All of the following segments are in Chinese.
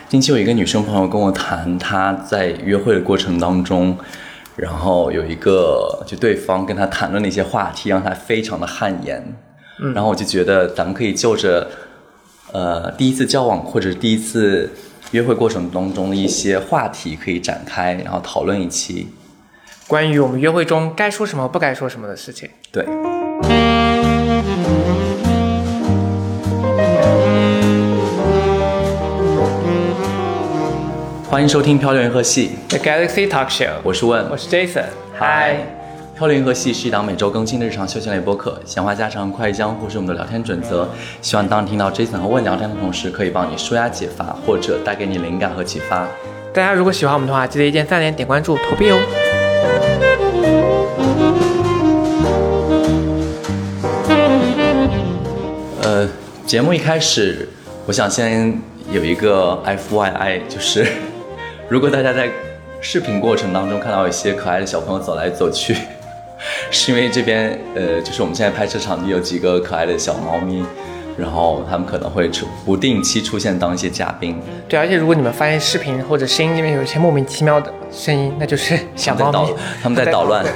近期有一个女生朋友跟我谈，她在约会的过程当中，然后有一个就对方跟她谈论的一些话题，让她非常的汗颜。然后我就觉得咱们可以就着第一次交往或者第一次约会过程当中的一些话题可以展开，然后讨论一期关于我们约会中该说什么不该说什么的事情。 对。欢迎收听漂流银河系 The Galaxy Talk Show， 我是问， 我是 Jason。 嗨，漂流银河系是一档每周更新的日常休闲类播客，闲话家常，快意江湖是我们的聊天准则。希望当你听到 Jason 和问聊天的同时，可以帮你舒压解乏，或者带给你灵感和启发。 大家如果喜欢我们的话，记得一键3连、点关注、投币哦。 节目一开始，我想先有一个 FYI， 就是如果大家在视频过程当中看到一些可爱的小朋友走来走去，是因为这边就是我们现在拍摄场地有几个可爱的小猫咪，然后他们可能会不定期出现当一些嘉宾。 对，而且如果你们发现视频或者声音里面有一些莫名其妙的声音，那就是小猫咪他们在捣乱。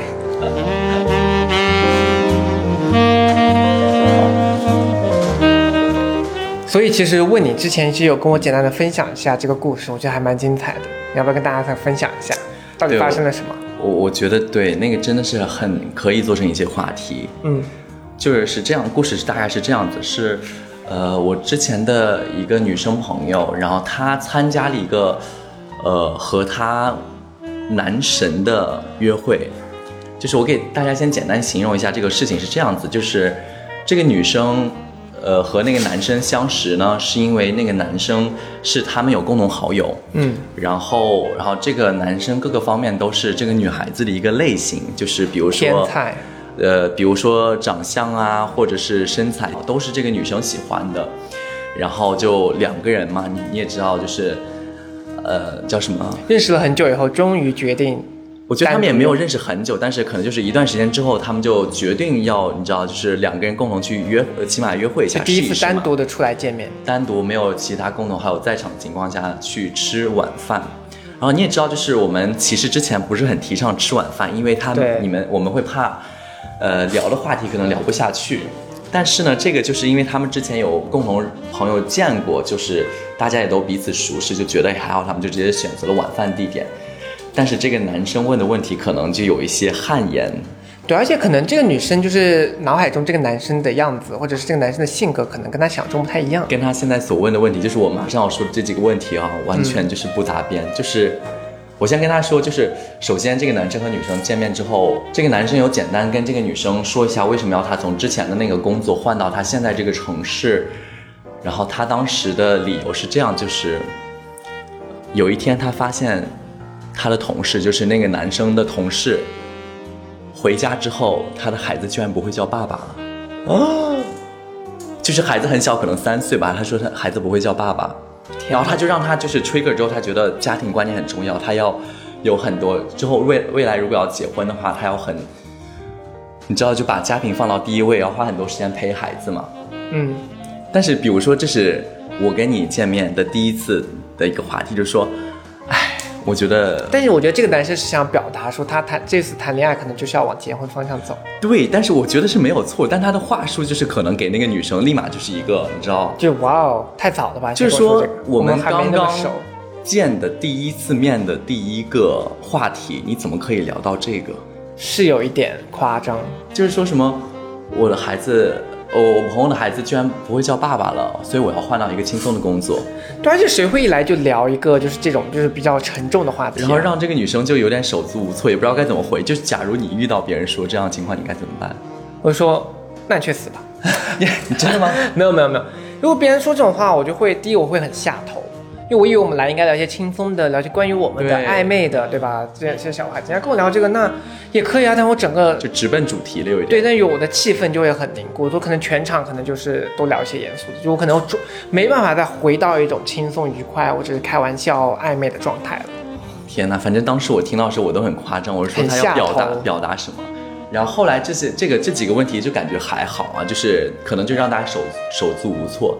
所以其实问你之前是有跟我简单的分享一下这个故事，我觉得还蛮精彩的。你要不要跟大家再分享一下，到底发生了什么？ 我觉得对，那个真的是很可以做成一些话题。就是这样，故事大概是这样子，是我之前的一个女生朋友，然后她参加了一个和她男神的约会。就是我给大家先简单形容一下这个事情是这样子，就是这个女生和那个男生相识呢，是因为那个男生是他们有共同好友，然后这个男生各个方面都是这个女孩子的一个类型，就是比如说天才， 比如说长相啊，或者是身材，都是这个女生喜欢的。然后就两个人嘛，你也知道，就是叫什么？认识了很久以后，终于决定。 我觉得他们也没有认识很久，但是可能就是一段时间之后，他们就决定要，你知道，就是两个人共同去起码约会一下， 第一次单独的出来见面， 单独没有其他共同还有在场的情况下去吃晚饭。然后你也知道，就是我们其实之前不是很提倡吃晚饭，因为我们会怕，聊的话题可能聊不下去。但是呢，这个就是因为他们之前有共同朋友见过，就是大家也都彼此熟识，就觉得还好，他们就直接选择了晚饭地点。但是这个男生问的问题可能就有一些汗颜。 对，而且可能这个女生就是脑海中这个男生的样子，或者是这个男生的性格，可能跟他想中不太一样。 跟他现在所问的问题，就是我马上要说的这几个问题啊，完全就是不搭边。就是我先跟他说，就是首先这个男生和女生见面之后，这个男生有简单跟这个女生说一下为什么要他从之前的那个工作换到他现在这个城市，然后他当时的理由是这样，就是有一天他发现他的同事，就是那个男生的同事，回家之后他的孩子居然不会叫爸爸了。就是孩子很小，可能3岁吧，他说他孩子不会叫爸爸，然后他就让他就是 trigger 之后，他觉得家庭观念很重要，他要有很多之后未来如果要结婚的话，他要很，你知道就把家庭放到第一位，要花很多时间陪孩子嘛。但是比如说这是我跟你见面的第一次的一个话题，就是说我觉得， 但是我觉得这个男生是想表达说，他这次谈恋爱可能就是要往结婚方向走。 对，但是我觉得是没有错，但他的话术就是可能给那个女生立马就是一个，你知道， 就哇哦，太早了吧？ 就是说我们刚刚见的第一次面的第一个话题，你怎么可以聊到这个？ 是有一点夸张， 就是说什么我的孩子。我朋友的孩子居然不会叫爸爸了，所以我要换到一个轻松的工作。 对，而且谁会一来就聊一个就是这种就是比较沉重的话题， 然后让这个女生就有点手足无措，也不知道该怎么回。就是假如你遇到别人说这样的情况，你该怎么办？ 我说那你去死吧。 你真的吗？ 没有。如果别人说这种话，我就会第一我会很下头。因为我以为我们来应该聊一些轻松的，聊一些关于我们的暧昧的，对吧？这些小孩子，人家跟我聊这个，那也可以啊。但我整个就直奔主题了，有一点。 对，但有我的气氛就会很凝固，我可能全场可能就是都聊一些严肃的，就我可能没办法再回到一种轻松愉快或者是开玩笑暧昧的状态了。 天哪，反正当时我听到的时候我都很夸张，我是说他要表达什么。然后后来这几个问题就感觉还好啊，就是可能就让大家手足无措。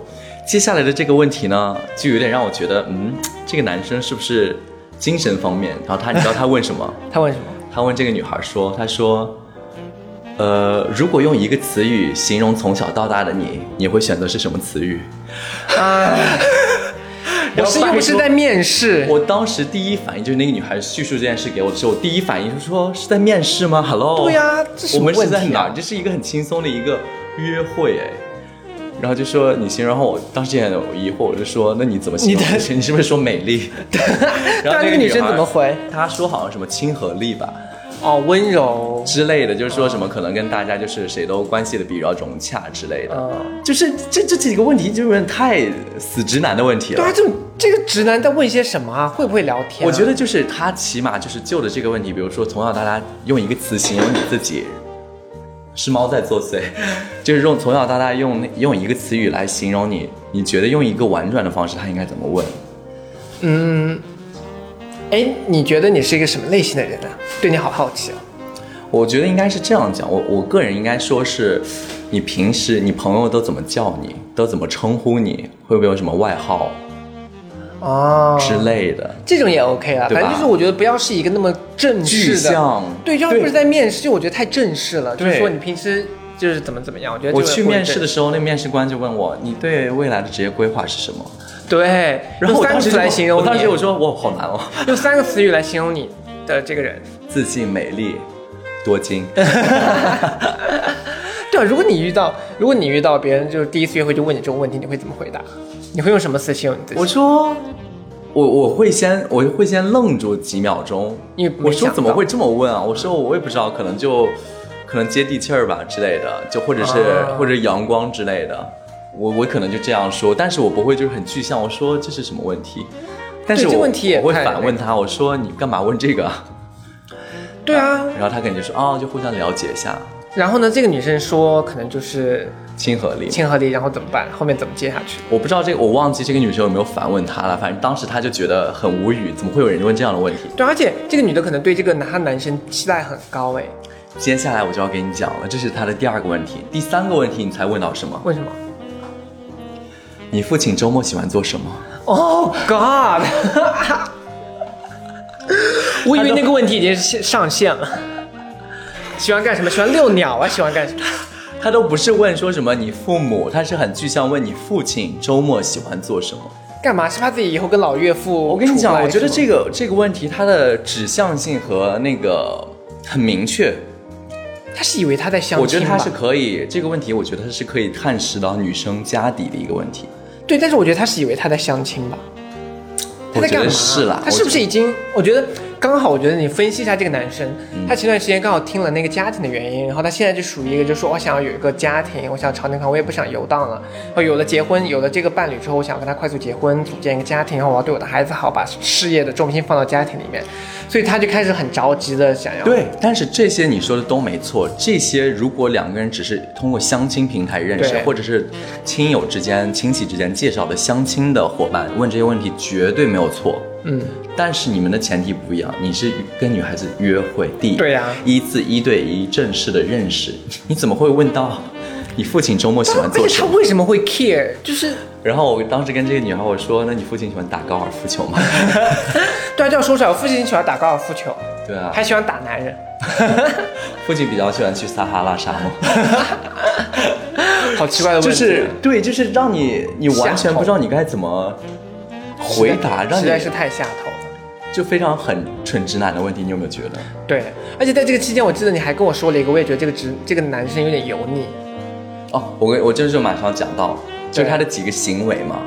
接下来的这个问题呢，就有点让我觉得，这个男生是不是精神方面？然后你知道他问什么？ 他问什么？ 他问这个女孩说，他说，如果用一个词语形容从小到大的你，你会选择是什么词语？ 我是又不是在面试？ 我当时第一反应就是那个女孩叙述这件事给我的时候，我第一反应就是说是在面试吗 ？Hello， 对呀，这什么问题啊？ 我们是在哪儿？这是一个很轻松的一个约会哎。然后就说你形容，然后我当时也很疑惑，我就说那你怎么形容？你是不是说美丽？然后那个女生怎么回？ 她说好像什么亲和力吧。 哦，温柔之类的，就是说什么可能跟大家就是谁都关系的比较融洽之类的，就是这几个问题就有点太死直男的问题了。 对啊，这个直男在问些什么啊？会不会聊天啊？ 我觉得就是他起码就是就着这个问题，比如说从小到大用一个词形容你自己，是猫在作祟，就是从小到大用一个词语来形容你，你觉得用一个婉转的方式他应该怎么问？ 你觉得你是一个什么类型的人啊？对你好好奇啊。 我觉得应该是这样讲，我个人应该说是，你平时你朋友都怎么叫你，都怎么称呼你，会不会有什么外号之类的？ 这种也 OK 啊，反正就是我觉得不要是一个那么正式的，对，要不是在面试，我觉得太正式了。就是说你平时就是怎么样，我觉得我去面试的时候，那面试官就问我，你对未来的职业规划是什么？ 对， 然后我当时来形容你， 我当时我说哇好难哦， 用3个词语来形容你的这个人： 自信、美丽、多金。 对啊，如果你遇到别人就是第一次约会就问你这种问题，你会怎么回答？你会用什么词形容你自己？ 我说我会先愣住几秒钟，我说怎么会这么问啊？我说我也不知道，可能接地气儿吧之类的，就或者阳光之类的。我可能就这样说，但是我不会就是很具象。我说这是什么问题？但是我会反问他，我说你干嘛问这个？ 对啊， 然后他可能就说就互相了解一下。 然后呢，这个女生说可能就是亲和力， 然后怎么办？后面怎么接下去？ 我不知道我忘记这个女生有没有反问他了。反正当时他就觉得很无语，怎么会有人问这样的问题？ 对，而且这个女的可能对这个男生期待很高哎。 接下来我就要给你讲了，这是他的第2个问题，第3个问题你才问到什么？ 问什么？ 你父亲周末喜欢做什么 ？Oh God！ 我以为那个问题已经上线了。喜欢干什么？喜欢遛鸟啊？喜欢干什么？ 他都不是问说什么你父母，他是很具象问你父亲周末喜欢做什么。 干嘛？是怕自己以后跟老岳父？ 我跟你讲，我觉得这个问题它的指向性和那个很明确。 他是以为他在相亲吧？ 我觉得他是可以，这个问题我觉得他是可以探视到女生家底的一个问题。 对，但是我觉得他是以为他在相亲吧？他在干嘛？ 是啦， 他是不是已经？我觉得刚好，我觉得你分析一下这个男生，他前段时间刚好听了那个家庭的原因，然后他现在就属于一个，就说我想要有一个家庭，我想朝那看，我也不想游荡了。然后有了结婚，有了这个伴侣之后，我想要跟他快速结婚，组建一个家庭，然后我要对我的孩子好，把事业的重心放到家庭里面，所以他就开始很着急的想要。 对，但是这些你说的都没错。这些如果2个人只是通过相亲平台认识，或者是亲友之间、亲戚之间介绍的相亲的伙伴，问这些问题绝对没有错。但是你们的前提不一样，你是跟女孩子约会， 对呀 ，1次1对1正式的认识，你怎么会问到你父亲周末喜欢做什么？ 他为什么会 care？ 就是， 然后我当时跟这个女孩我说，那你父亲喜欢打高尔夫球吗？ 对啊，这样说出来，我父亲喜欢打高尔夫球， 对啊， 还喜欢打男人。 父亲比较喜欢去撒哈拉沙漠。 好奇怪的问题， 就是让你完全不知道你该怎么回答，让你实在是太下头了， 就非常很蠢直男的问题，你有没有觉得？ 对，而且在这个期间，我记得你还跟我说了一个，我也觉得这个男生有点油腻。 我这就马上讲到，就是他的几个行为嘛，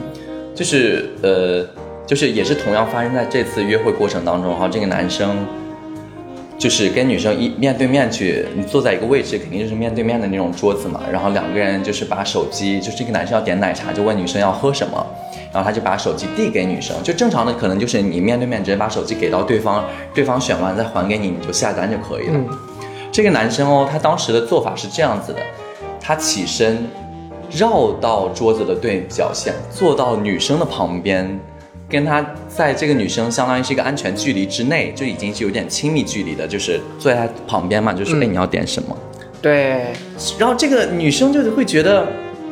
就是也是同样发生在这次约会过程当中，然后这个男生就是跟女生面对面去，你坐在一个位置，肯定就是面对面的那种桌子嘛，然后2个人就是把手机，就是这个男生要点奶茶，就问女生要喝什么，然后他就把手机递给女生，就正常的可能就是你面对面直接把手机给到对方，对方选完再还给你，你就下单就可以了。这个男生他当时的做法是这样子的，他起身绕到桌子的对角线，坐到女生的旁边，跟他在这个女生相当于是一个安全距离之内，就已经是有点亲密距离的，就是坐在他旁边嘛，就说你要点什么？ 对。 然后这个女生就会觉得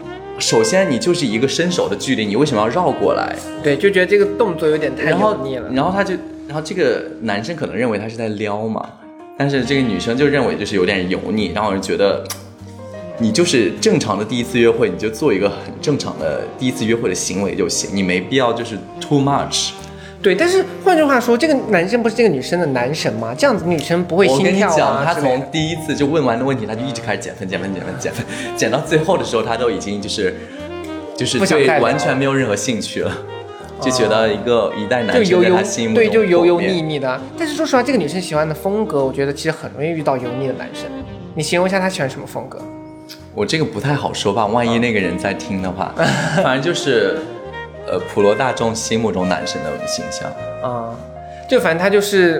首先你就是一个伸手的距离，你为什么要绕过来？ 对，就觉得这个动作有点太油腻了。 然后这个男生可能认为他是在撩嘛，但是这个女生就认为就是有点油腻，然后我就觉得。你就是正常的第一次约会，你就做一个很正常的第一次约会的行为就行，你没必要就是 too much。 对，但是换句话说，这个男生不是这个女生的男神吗？这样子女生不会心跳啊？ 我跟你讲，他从第一次就问完的问题，他就一直开始减分，减到最后的时候，他都已经就是对完全没有任何兴趣了。就觉得一代男生在他心目中就油腻腻的。但是说实话，这个女生喜欢的风格，我觉得其实很容易遇到油腻的男生。你形容一下她喜欢什么风格？ 我这个不太好说吧，万一那个人在听的话，反正就是普罗大众心目中男神的形象啊。就反正他就是，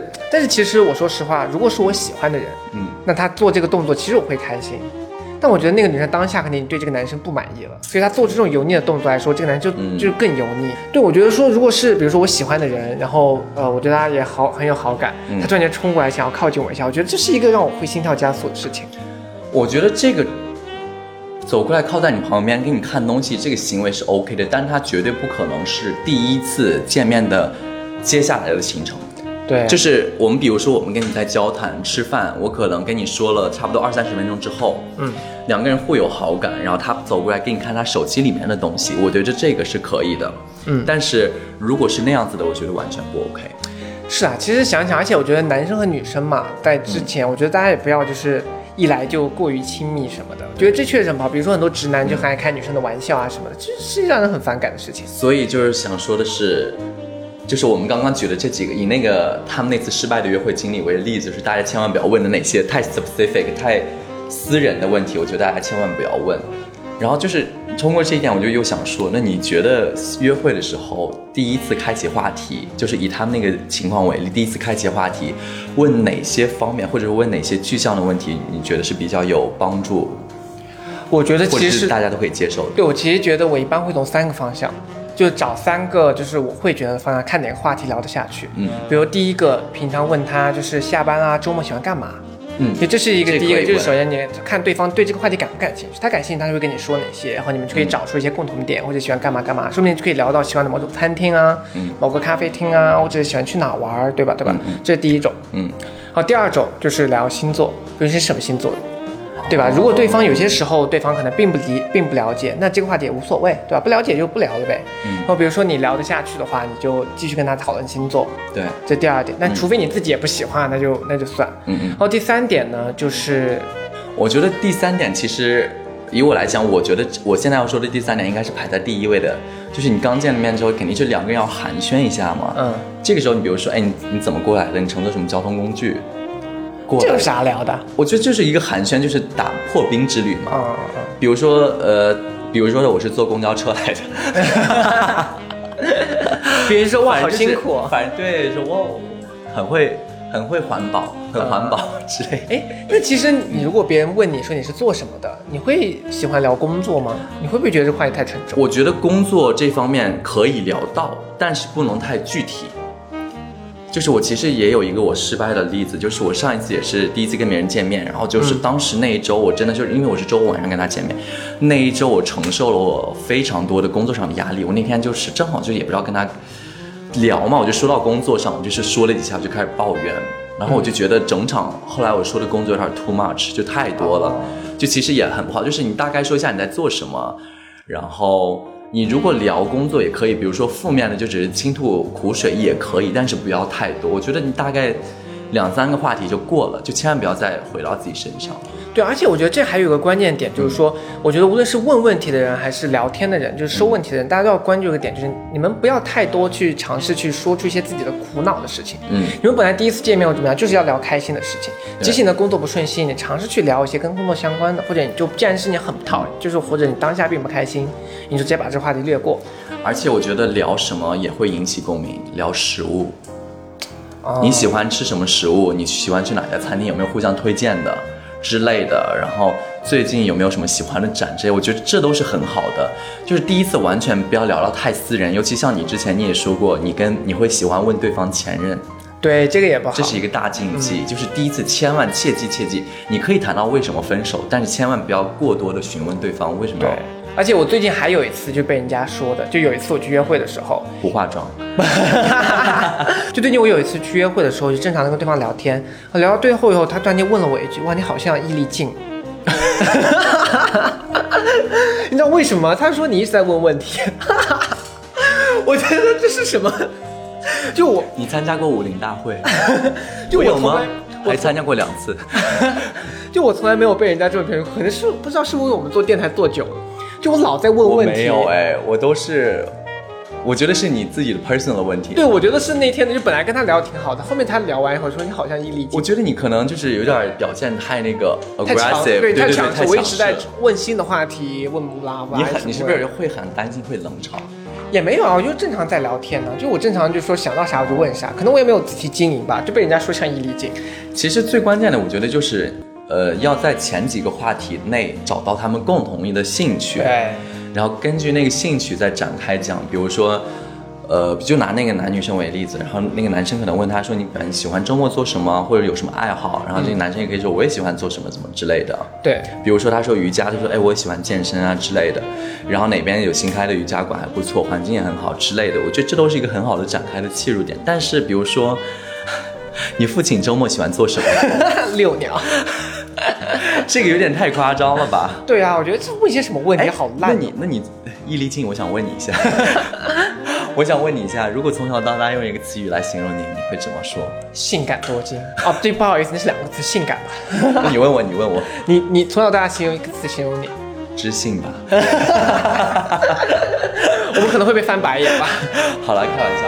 但是其实我说实话，如果是我喜欢的人，那他做这个动作，其实我会开心。但我觉得那个女生当下肯定对这个男生不满意了，所以她做出这种油腻的动作来说，这个男生就是更油腻。对，我觉得说，如果是比如说我喜欢的人，然后我对他也很有好感，他突然间冲过来想要靠近我一下，我觉得这是一个让我会心跳加速的事情。 我觉得这个走过来靠在你旁边给你看东西，这个行为是 OK 的，但是他绝对不可能是第一次见面的接下来的行程。 对， 就是我们比如说我们跟你在交谈吃饭，我可能跟你说了差不多20-30分钟之后，两个人互有好感，然后他走过来给你看他手机里面的东西，我觉得这个是可以的。但是如果是那样子的，我觉得完全不 OK。 是啊，其实想想，而且我觉得男生和女生嘛，在之前，我觉得大家也不要就是一来就过于亲密什么的，我觉得这确实很不好。比如说很多直男就很爱开女生的玩笑啊什么的，这是让人很反感的事情。 所以就是想说的是。就是我们刚刚举的这几个，以那个他们那次失败的约会经历为例子，就是大家千万不要问的那些太 specific、太私人的问题，我觉得大家千万不要问。然后就是通过这一点，我就又想说，那你觉得约会的时候，第一次开启话题，就是以他们那个情况为例，第一次开启话题，问哪些方面，或者是问哪些具象的问题，你觉得是比较有帮助？ 我觉得其实大家都可以接受的。 对，我其实觉得我一般会从3个方向。就找3个，就是我会觉得方向，看哪个话题聊得下去。比如第一个，平常问他就是下班啊、周末喜欢干嘛。就这是一个第一个，就是首先你看对方对这个话题感不感兴趣，他感兴趣，他就会跟你说哪些，然后你们就可以找出一些共同点，或者喜欢干嘛干嘛，说不定就可以聊到喜欢的某种餐厅啊，某个咖啡厅啊，或者喜欢去哪玩，对吧？这是第一种。好，第二种就是聊星座，比如是什么星座的。对吧？如果对方有些时候对方可能并不了解，那这个话题也无所谓，对吧？不了解就不聊了呗。然后比如说你聊得下去的话，你就继续跟他讨论星座。对，这第2点。那除非你自己也不喜欢，那就算。然后第3点呢，就是我觉得第3点其实以我来讲，我觉得我现在要说的第3点应该是排在第1位的，就是你刚见了面之后，肯定是两个人要寒暄一下嘛。这个时候你比如说，哎，你怎么过来的？你乘坐什么交通工具？ 这有啥聊的？ 我觉得就是一个寒暄，就是打破冰之旅嘛。比如说我是坐公交车来的， 别人说哇好辛苦， 反正对说我很会环保，很环保之类。 那其实你如果别人问你说你是做什么的，你会喜欢聊工作吗？你会不会觉得这话题太沉重？ 我觉得工作这方面可以聊到，但是不能太具体。就是我其实也有一个我失败的例子，就是我上一次也是第一次跟别人见面，然后就是当时那一周我真的就是因为我是周五晚上跟他见面，那一周我承受了我非常多的工作上的压力，我那天就是正好就也不知道跟他聊嘛，我就说到工作上，我就是说了几下就开始抱怨，然后我就觉得整场后来我说的工作有点 too much， 就太多了，就其实也很不好，就是你大概说一下你在做什么，然后你如果聊工作也可以，比如说负面的就只是倾吐苦水也可以，但是不要太多。我觉得你大概2-3个话题就过了，就千万不要再回到自己身上。 对，而且我觉得这还有一个关键点，就是说，我觉得无论是问问题的人还是聊天的人，就是收问题的人，大家都要关注一个点，就是你们不要太多去尝试去说出一些自己的苦恼的事情。你们本来第一次见面或怎么样，就是要聊开心的事情。即使你的工作不顺心，你尝试去聊一些跟工作相关的，或者你就既然是你很不讨厌，就是或者你当下并不开心，你就直接把这话题略过。 而且我觉得聊什么也会引起共鸣，聊食物。你喜欢吃什么食物？你喜欢去哪家餐厅？有没有互相推荐的之类的？然后最近有没有什么喜欢的展这些？我觉得这都是很好的。就是第一次完全不要聊到太私人，尤其像你之前你也说过，你会喜欢问对方前任。 对，这个也不好， 这是一个大禁忌。就是第一次千万切记，你可以谈到为什么分手，但是千万不要过多的询问对方为什么要而且我最近还有一次就被人家说的，就有一次我去约会的时候不化妆， 就最近我有一次去约会的时候，就正常的跟对方聊天，聊到最后以后，他突然间问了我一句：“哇，你好像易立竞。”你知道为什么？他说你一直在问问题。我觉得这是什么？就我， 你参加过50大会？ 就我有吗？还参加过2次。 就我从来没有被人家这么评论，可能是不知道是因为我们做电台做久了，就我老在问问题。 我没有哎，我都是。我觉得是你自己的 personal 的问题。 对，我觉得是那天的，就本来跟他聊挺好的，后面他聊完以后说你好像易立竞。 我觉得你可能就是有点表现太那个 aggressive， 对，太强势。我一直在问新的话题，问不拉不拉。 你是不是会很担心会冷场？ 也没有啊，我就正常在聊天呢，就我正常就说想到啥我就问啥，可能我也没有自己经营吧，就被人家说像易立竞。 其实最关键的，我觉得就是，要在前几个话题内找到他们共同的兴趣， 对， 然后根据那个兴趣再展开讲，比如说。就拿那个男女生为例子，然后那个男生可能问他说你喜欢周末做什么，或者有什么爱好，然后这个男生也可以说我也喜欢做什么怎么之类的。 对， 比如说他说瑜伽，他说哎我也喜欢健身啊之类的，然后哪边有新开的瑜伽馆还不错，环境也很好之类的，我觉得这都是一个很好的展开的切入点。但是比如说你父亲周末喜欢做什么？ 遛鸟。 这个有点太夸张了吧？ 对啊，我觉得这问些什么问题好烂。 那你易立竞，我想问你一下。我想问你一下，如果从小到大用一个词语来形容你，你会怎么说？ 性感多金。哦，对，不好意思，那是2个字，性感吧。 那你问我， 你从小到大形容一个词形容你， 知性吧。 我们可能会被翻白眼吧。 好了，开玩笑。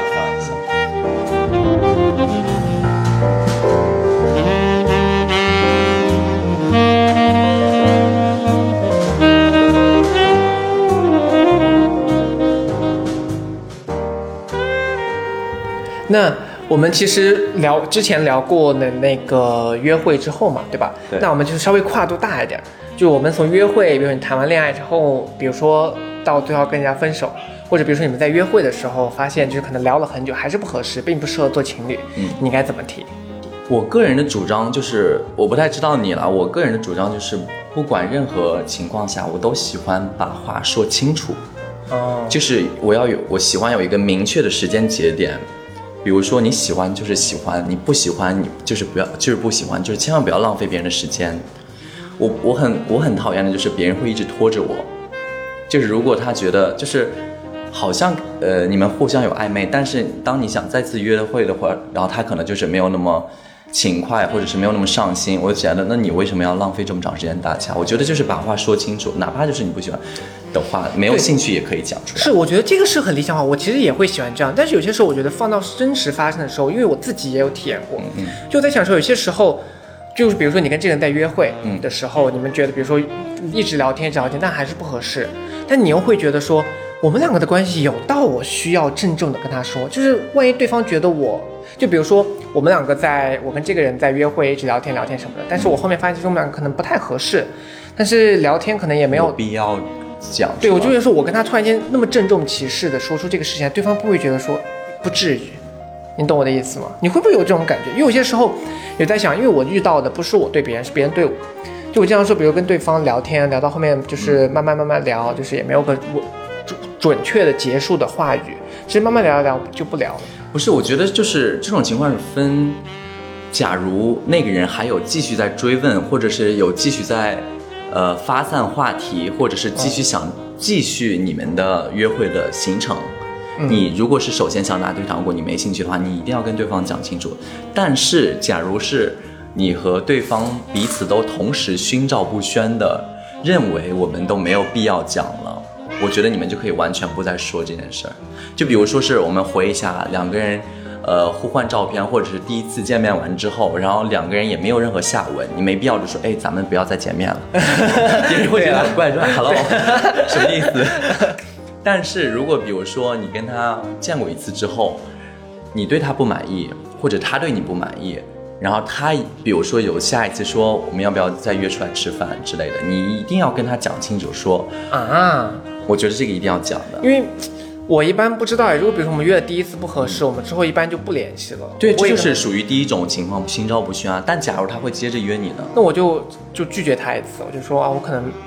那我们其实之前聊过的那个约会之后嘛，对吧？ 对。 那我们就稍微跨度大一点，就我们从约会，比如你谈完恋爱之后，比如说到最后跟人家分手，或者比如说你们在约会的时候发现就是可能聊了很久还是不合适，并不适合做情侣，你该怎么提？ 我个人的主张就是，我不太知道你了，我个人的主张就是，不管任何情况下，我都喜欢把话说清楚。就是我喜欢有一个明确的时间节点。比如说你喜欢就是喜欢，你不喜欢你就是不喜欢，就是千万不要浪费别人的时间。我很讨厌的就是别人会一直拖着我，就是如果他觉得就是好像你们互相有暧昧，但是当你想再次约会的话，然后他可能就是没有那么勤快，或者是没有那么上心，我就觉得那你为什么要浪费这么长时间打架？我觉得就是把话说清楚，哪怕就是你不喜欢的话，没有兴趣也可以讲出来。 是，我觉得这个是很理想化，我其实也会喜欢这样，但是有些时候我觉得放到真实发生的时候，因为我自己也有体验过，就在想说有些时候，就是比如说你跟这个人在约会的时候，你们觉得比如说一直聊天，但还是不合适，但你又会觉得说我们2个的关系有到我需要郑重的跟他说，就是万一对方觉得就比如说我们2个我跟这个人在约会一直聊天什么的，但是我后面发现我们2个可能不太合适，但是聊天可能也没有必要讲。 对，我就觉得说我跟他突然间那么郑重其事的说出这个事情，对方不会觉得说不至于，你懂我的意思吗？你会不会有这种感觉？因为有些时候有在想，因为我遇到的不是我对别人，是别人对我。就我经常说，比如跟对方聊天聊到后面，就是慢慢聊，就是也没有个准确的结束的话语，其实慢慢聊就不聊了。 不是，我觉得就是这种情况是分，假如那个人还有继续在追问，或者是有继续在发散话题，或者是继续你们的约会的行程。你如果是首先想打对方，如果你没兴趣的话，你一定要跟对方讲清楚。但是假如是你和对方彼此都同时心照不宣的认为我们都没有必要讲了，我觉得你们就可以完全不再说这件事儿。就比如说是我们回一下2个人互换照片，或者是第一次见面完之后，然后2个人也没有任何下文，你没必要就说咱们不要再见面了。别人会觉得很怪，说 Hello 什么意思？但是如果比如说你跟他见过一次之后，你对他不满意，或者他对你不满意，然后他比如说有下一次说我们要不要再约出来吃饭之类的，你一定要跟他讲清楚说我觉得这个一定要讲的。 因为我一般不知道，如果比如说我们约了第一次不合适，我们之后一般就不联系了。 对，这就是属于第一种情况，心照不宣啊。但假如他会接着约你呢？ 那我就拒绝他一次，我就说我可能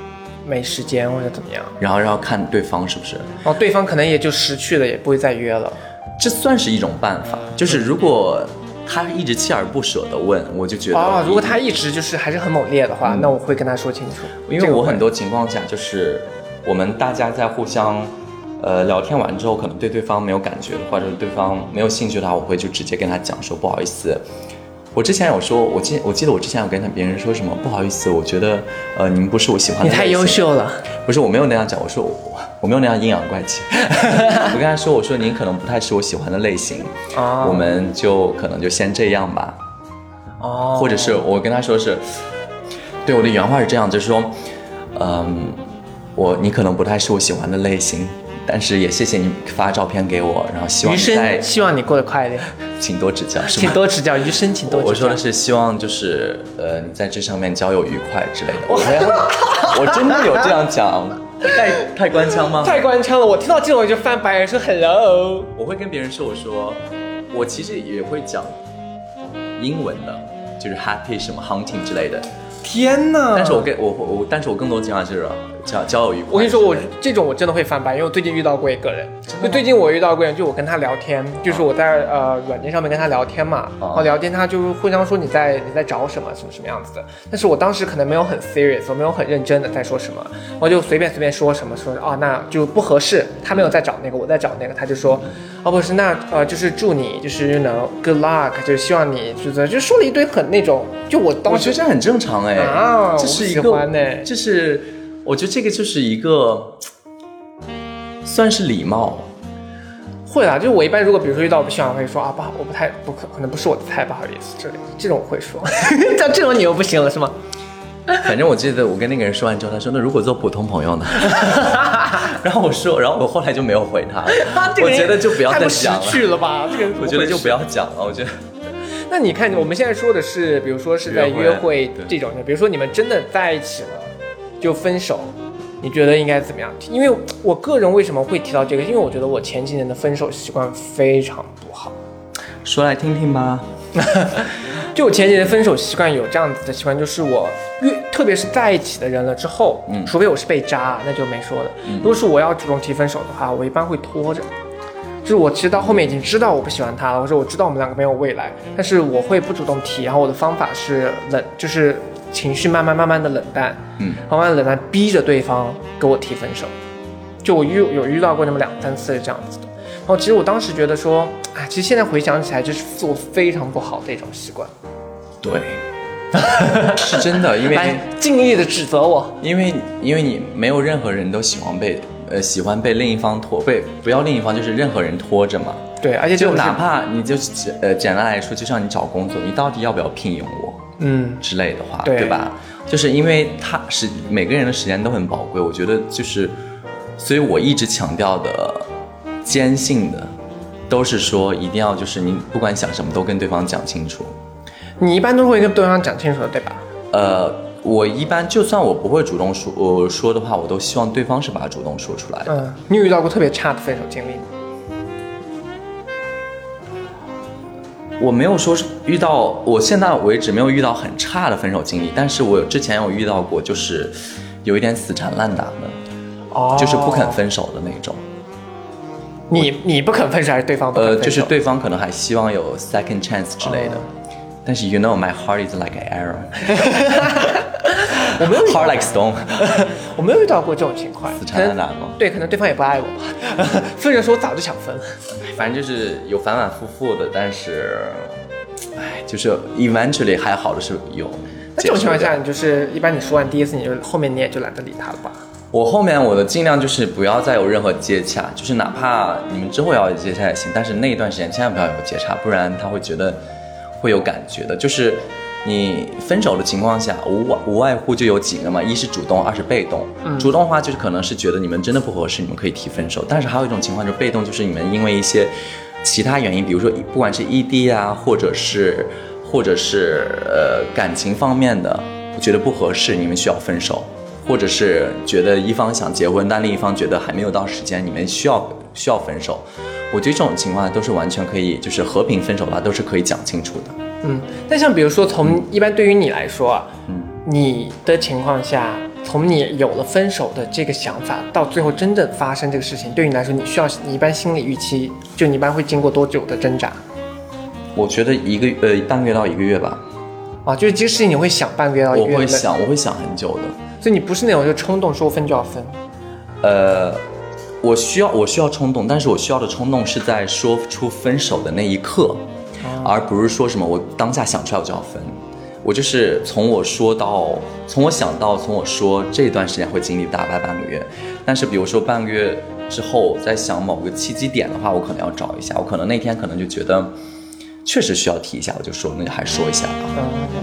没时间或者怎么样， 然后看对方是不是， 然后对方可能也就失去了，也不会再约了。 这算是一种办法，就是如果他一直锲而不舍的问，我就觉得如果他一直就是还是很猛烈的话，那我会跟他说清楚， 因为我很多情况下就是我们大家在互相聊天完之后，可能对对方没有感觉，或者对方没有兴趣的话，我会就直接跟他讲说不好意思。我之前有说，我记得我之前有跟别人说什么不好意思，我觉得你们不是我喜欢的类型。 你太优秀了。 不是，我没有那样讲，我说我没有那样阴阳怪气。我跟他说，我说您可能不太是我喜欢的类型，我们就可能就先这样吧。或者是我跟他说是，对，我的原话是这样，就是说，你可能不太是我喜欢的类型，但是也谢谢你发照片给我，然后希望你在希望你过得快乐， 请多指教，是吗？ 请多指教，余生请多指教。 我说的是希望就是你在这上面交友愉快之类的。我真的有这样讲，太官腔吗？ 太官腔了，我听到这种我就翻白眼说 hello。 我会跟别人说，我说我其实也会讲英文的，就是 happy 什么 hunting 之类的。 天哪！ 但是我更多情况是交友愉快。 我跟你说，我这种我真的会翻白，因为我最近遇到过一个人，就最近我遇到过人，就我跟他聊天，就是我在软件上面跟他聊天嘛，然后聊天他就互相说你在找什么什么样子的，但是我当时可能没有很 serious， 我没有很认真的在说什么，我就随便说什么说那就不合适，他没有在找那个，我在找那个，他就说不是那就是祝你就是 good luck， 就是希望你就说了一堆很那种，就我当时我觉得这很正常这是一个就是我觉得这个就是一个算是礼貌。 会啦，就是我一般如果比如说遇到我不喜欢，我会说不好，可能不是我的菜，不好意思，这种我会说。像这种你又不行了是吗？ 反正我记得我跟那个人说完之后，他说那如果做普通朋友呢？然后我后来就没有回他了。我觉得就不要再讲了。 太不识趣了吧？这个我觉得就不要讲了。我觉得。 那你看，我们现在说的是，比如说是在约会这种，比如说你们真的在一起了，就分手，你觉得应该怎么样？因为我个人为什么会提到这个？因为我觉得我前几年的分手习惯非常不好。 说来听听吧。 就我前几年的分手习惯有这样子的习惯，就是特别是在一起的人了之后，除非我是被渣，那就没说的。如果是我要主动提分手的话，我一般会拖着。就是我其实到后面已经知道我不喜欢他了，或者我知道我们两个没有未来，但是我会不主动提，然后我的方法是就是情绪慢慢的冷淡，慢慢的冷淡，逼着对方跟我提分手。就我有遇到过那么2-3次是这样子的。然后其实我当时觉得说，其实现在回想起来，就是做非常不好的一种习惯。 对，是真的，因为来尽力的指责我，因为你没有任何人都喜欢被另一方拖，不要另一方，就是任何人拖着嘛。对，而且就哪怕你就简单来说，就像你找工作，你到底要不要聘用我，之类的话，对吧？就是因为每个人的时间都很宝贵，我觉得就是，所以我一直强调的、坚信的，都是说一定要就是你不管想什么都跟对方讲清楚。 你一般都会跟对方讲清楚的，对吧？ 我一般就算我不会主动说的话，我都希望对方是把它主动说出来的。 你有遇到过特别差的分手经历吗？ 我没有说是遇到，我现在为止没有遇到很差的分手经历，但是我之前有遇到过，就是有一点死缠烂打的，就是不肯分手的那种。 你不肯分手还是对方不肯分手？ 就是对方可能还希望有 second chance 之类的。但是 you know my heart is like an arrow， 我没有 heart like stone， 我没有遇到过这种情况。 死缠烂打吗？ 对，可能对方也不爱我吧。分手说我早就想分了。 反正就是有反反复复的，但是，就是 eventually 还好的是有。 那这种情况下，你就是一般你说完第一次，你就后面你也就懒得理他了吧？ 我后面我的尽量就是不要再有任何接洽，就是哪怕你们之后要有接洽也行，但是那一段时间千万不要有接洽，不然他会觉得。会有感觉的，就是你分手的情况下，无外乎就有几个嘛，一是主动，二是被动。主动的话就是可能是觉得你们真的不合适，你们可以提分手。但是还有一种情况就是被动，就是你们因为一些其他原因，比如说不管是异地啊，或者是感情方面的，觉得不合适，你们需要分手，或者是觉得一方想结婚，但另一方觉得还没有到时间，你们需要分手。我觉得这种情况都是完全可以，就是和平分手的话，都是可以讲清楚的。 但像比如说一般对于你来说啊，你的情况下， 从你有了分手的这个想法到最后真正发生这个事情，对你来说，你一般心理预期，就你一般会经过多久的挣扎？ 我觉得半个月到1个月吧。 啊，就是这个事情你会想半个月到1个月？我会想很久的。 所以你不是那种就冲动说分就要分？ 我需要冲动，但是我需要的冲动是在说出分手的那一刻，而不是说什么我当下想出来我就要分。我就是从我想到从我说这段时间会经历大概半个月，但是比如说半个月之后在想某个契机点的话，我可能要找一下，我可能那天可能就觉得确实需要提一下，我就说那就还说一下吧。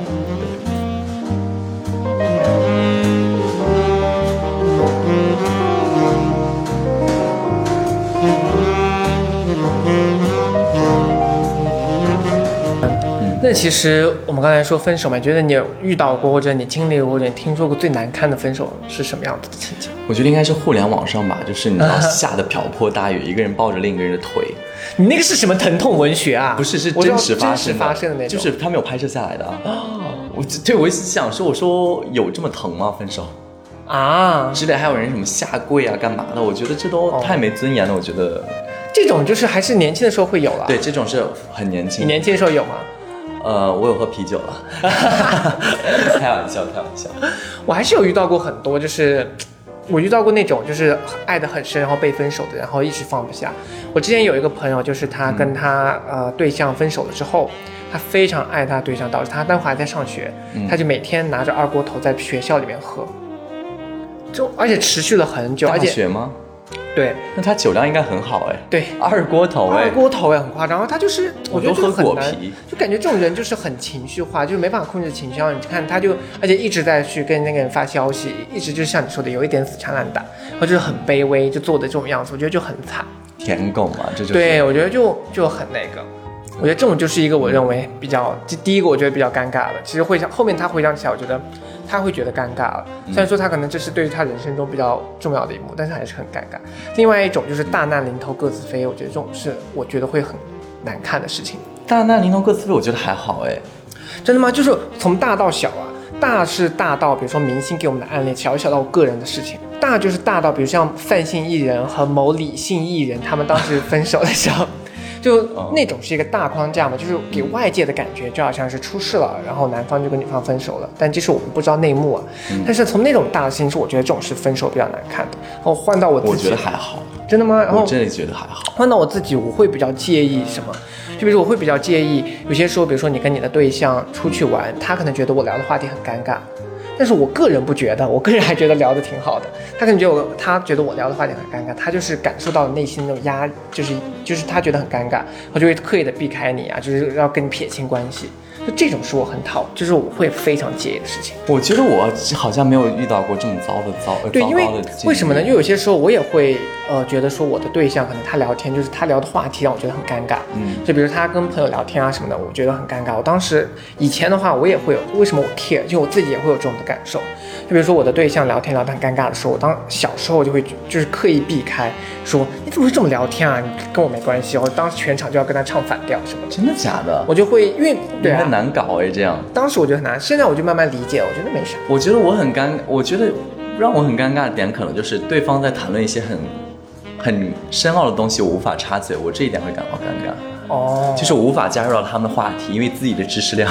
那其实我们刚才说分手嘛，觉得你有遇到过或者你经历过或者你听说过最难堪的分手是什么样子的情景？ 我觉得应该是互联网上吧，就是你知道下的瓢泼大雨，一个人抱着另一个人的腿。 你那个是什么疼痛文学啊？ 不是，是真实发生的那种， 就是他没有拍摄下来的啊。我想说，我说有这么疼吗？分手啊之类，还有人什么下跪啊干嘛的？我觉得这都太没尊严了。我觉得这种就是还是年轻的时候会有了。 对，这种是很年轻。 你年轻的时候有吗？ 我有喝啤酒了，开玩笑。 我还是有遇到过很多，就是我遇到过那种就是爱得很深，然后被分手的，然后一直放不下。我之前有一个朋友，就是他跟他对象分手了之后，他非常爱他对象，导致他当时还在上学，他就每天拿着二锅头在学校里面喝，而且持续了很久。 大学吗？ 对， 那他酒量应该很好哎。 对， 二锅头也很夸张。然后他就是，我觉得就很难，就感觉这种人就是很情绪化，就是没办法控制情绪。然后你看他就，而且一直在去跟那个人发消息，一直就是像你说的有一点死缠烂打，然后就是很卑微，就做的这种样子，我觉得就很惨。 舔狗嘛，这就是。对， 我觉得就很那个。我觉得这种就是一个我认为比较，第一个我觉得比较尴尬的。其实后面他回想起来，我觉得他会觉得尴尬了。虽然说他可能这是对于他人生中比较重要的一幕，但是还是很尴尬。另外一种就是大难临头各自飞，我觉得这种是我觉得会很难看的事情。 大难临头各自飞，我觉得还好哎。 真的吗？就是从大到小啊，大是大到比如说明星给我们的案例，小到我个人的事情。大就是大到比如像范姓艺人和某李姓艺人，他们当时分手的时候。就那种是一个大框架嘛，就是给外界的感觉就好像是出事了，然后男方就跟女方分手了，但这是我们不知道内幕啊。但是从那种大的事情是，我觉得这种是分手比较难看的。然后换到我自己， 我觉得还好。 真的吗？然后我真的觉得还好。 换到我自己，我会比较介意什么？就比如说我会比较介意有些时候，比如说你跟你的对象出去玩，他可能觉得我聊的话题很尴尬。但是我个人不觉得，我个人还觉得聊得挺好的。他可能觉得他觉得我聊的话题很尴尬，他就是感受到内心那种压，就是他觉得很尴尬，我就会刻意的避开你啊，就是要跟你撇清关系。就这种是我很就是我会非常介意的事情。 我觉得我好像没有遇到过这么糟的。 对，因为为什么呢？因为有些时候我也会觉得说我的对象可能他聊天就是他聊的话题让我觉得很尴尬。就比如他跟朋友聊天啊什么的，我觉得很尴尬。我当时以前的话我也会有，为什么我 care？ 就我自己也会有这种的感受。就比如说我的对象聊天聊得很尴尬的时候，我小时候就会就是刻意避开，说你怎么会这么聊天啊？你跟我没关系。我当时全场就要跟他唱反调什么的。 真的假的？ 我就会因为对啊。 难搞哎，这样。 当时我觉得很难，现在我就慢慢理解，我觉得没啥。 我觉得我觉得让我很尴尬的点，可能就是对方在谈论一些很深奥的东西，我无法插嘴，我这一点会感到尴尬。就是我无法加入到他们的话题，因为自己的知识量。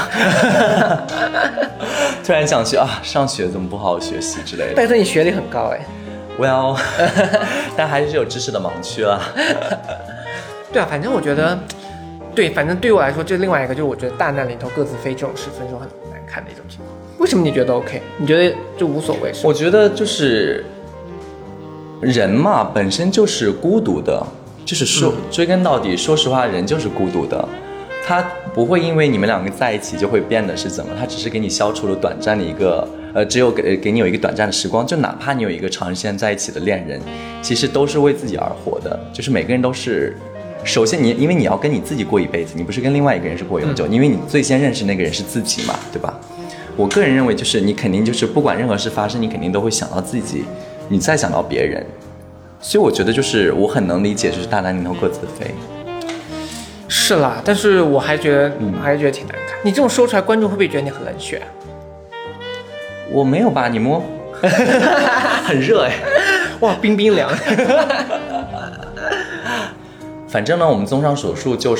突然想去上学怎么不好好学习之类的。 但是你学历很高哎。 Well， 但还是有知识的盲区了。 对啊，反正我觉得。对，反正对我来说，这另外一个就是我觉得大难临头各自飞这种是分手很难看的一种情况。为什么你觉得 OK？ 你觉得就无所谓？ 我觉得就是人嘛，本身就是孤独的，就是追根到底，说实话，人就是孤独的。他不会因为你们两个在一起就会变得是怎么，他只是给你消除了短暂的一个只有给你有一个短暂的时光。就哪怕你有一个长时间在一起的恋人，其实都是为自己而活的，就是每个人都是。首先因为你要跟你自己过一辈子，你不是跟另外一个人是过永久，因为你最先认识那个人是自己嘛，对吧？我个人认为就是你肯定就是不管任何事发生，你肯定都会想到自己，你再想到别人，所以我觉得就是我很能理解，就是大难临头各自飞。 是啦，但是我还觉得挺难看。你这种说出来，观众会不会觉得你很冷血啊？ 我没有吧？你摸。 很热哎。 哇，冰冰凉。 反正呢，我们综上所述就是，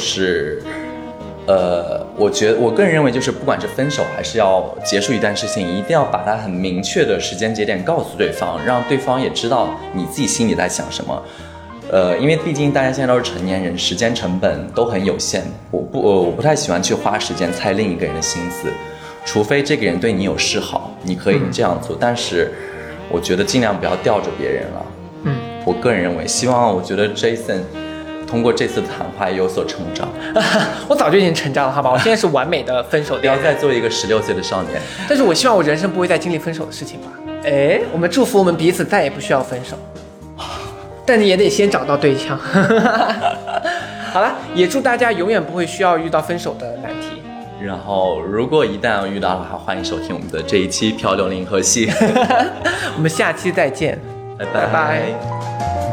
我个人认为就是，不管是分手还是要结束一段事情，一定要把它很明确的时间节点告诉对方，让对方也知道你自己心里在想什么。因为毕竟大家现在都是成年人，时间成本都很有限，我不太喜欢去花时间猜另一个人的心思，除非这个人对你有示好，你可以这样做，但是我觉得尽量不要吊着别人了。我个人认为，希望我觉得 Jason 通过这次的谈话也有所成长。 我早就已经成长了，好吧？我现在是完美的分手恋人， 不要再做一个16岁的少年。 但是我希望我人生不会再经历分手的事情吧。哎，我们祝福我们彼此再也不需要分手，但你也得先找到对象。好了，也祝大家永远不会需要遇到分手的难题。 然后，如果一旦遇到的话，欢迎收听我们的这一期《漂流银河系》。 我们下期再见， 拜拜。